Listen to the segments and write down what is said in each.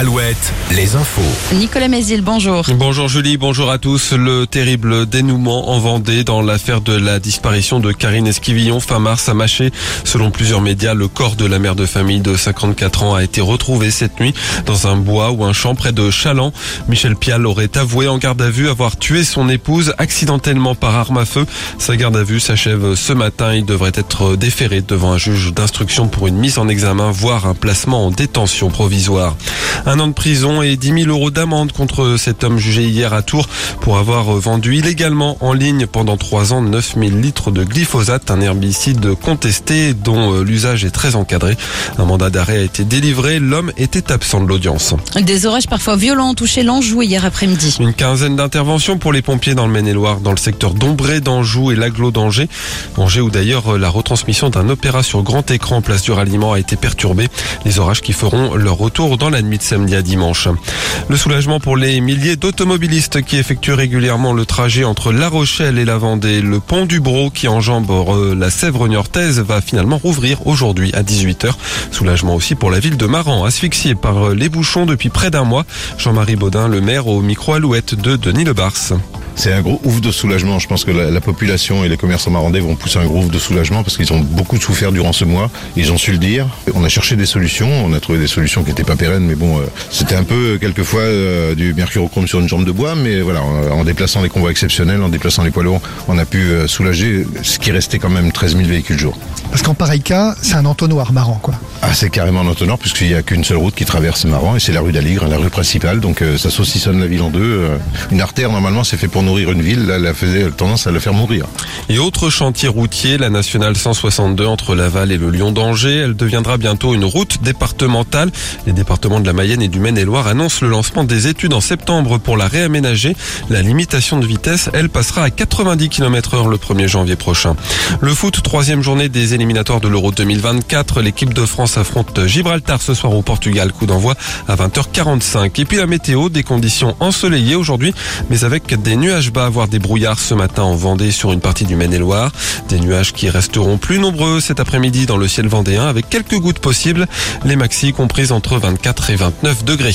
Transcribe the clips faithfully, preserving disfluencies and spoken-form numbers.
Alouette, les infos. Nicolas Mézil, bonjour. Bonjour Julie, bonjour à tous. Le terrible dénouement en Vendée dans l'affaire de la disparition de Karine Esquivillon fin mars à Maché. Selon plusieurs médias, le corps de la mère de famille de cinquante-quatre ans a été retrouvé cette nuit dans un bois ou un champ près de Chaland. Michel Pial aurait avoué en garde à vue avoir tué son épouse accidentellement par arme à feu. Sa garde à vue s'achève ce matin. Il devrait être déféré devant un juge d'instruction pour une mise en examen, voire un placement en détention provisoire. Un an de prison et dix mille euros d'amende contre cet homme jugé hier à Tours pour avoir vendu illégalement en ligne pendant trois ans neuf mille litres de glyphosate, un herbicide contesté dont l'usage est très encadré. Un mandat d'arrêt a été délivré. L'homme était absent de l'audience. Des orages parfois violents ont touché l'Anjou hier après-midi. Une quinzaine d'interventions pour les pompiers dans le Maine-et-Loire, dans le secteur d'Ombré, d'Anjou et l'Aglo d'Angers. Angers où d'ailleurs la retransmission d'un opéra sur grand écran place du Ralliement a été perturbée. Les orages qui feront leur retour dans la nuit de samedi à dimanche. Le soulagement pour les milliers d'automobilistes qui effectuent régulièrement le trajet entre La Rochelle et la Vendée. Le pont du Brau qui enjambe la Sèvre niortaise va finalement rouvrir aujourd'hui à dix-huit heures. Soulagement aussi pour la ville de Maran, asphyxiée par les bouchons depuis près d'un mois. Jean-Marie Baudin, le maire, au micro Alouette de Denis Lebars. C'est un gros ouf de soulagement. Je pense que la, la population et les commerçants marandais vont pousser un gros ouf de soulagement parce qu'ils ont beaucoup souffert durant ce mois. Ils ont su le dire. On a cherché des solutions. On a trouvé des solutions qui n'étaient pas pérennes, mais bon, euh, c'était un peu quelquefois euh, du mercurochrome sur une jambe de bois. Mais voilà, en, en déplaçant les convois exceptionnels, en déplaçant les poids lourds, on a pu euh, soulager ce qui restait quand même treize mille véhicules jour. Parce qu'en pareil cas, c'est un entonnoir Maran, quoi. Ah, c'est carrément un entonnoir puisqu'il n'y a qu'une seule route qui traverse Maran et c'est la rue d'Aligre, la rue principale. Donc euh, ça saucissonne la ville en deux. Euh, une artère, normalement, c'est fait pour nourrir une ville. Là, elle faisait tendance à la faire mourir. Et autre chantier routier, la nationale cent soixante-deux entre Laval et le Lion d'Angers. Elle deviendra bientôt une route départementale. Les départements de la Mayenne et du Maine-et-Loire annoncent le lancement des études en septembre pour la réaménager. La limitation de vitesse, elle, passera à quatre-vingt-dix kilomètres heure le premier janvier prochain. Le foot, troisième journée des éliminatoires de l'Euro deux mille vingt-quatre. L'équipe de France affronte Gibraltar ce soir au Portugal. Coup d'envoi à vingt heures quarante-cinq. Et puis la météo, des conditions ensoleillées aujourd'hui, mais avec des nuages bas, voire des brouillards ce matin en Vendée sur une partie du Maine-et-Loire. Des nuages qui resteront plus nombreux cet après-midi dans le ciel vendéen avec quelques gouttes possibles. Les maxis comprises entre vingt-quatre et vingt-neuf degrés.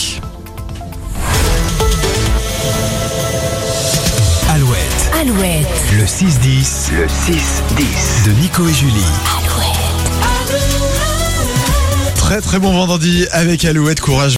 Alouette. Alouette. Le six dix. Le six dix. De Nico et Julie. Alouette. Très très bon vendredi avec Alouette, courage.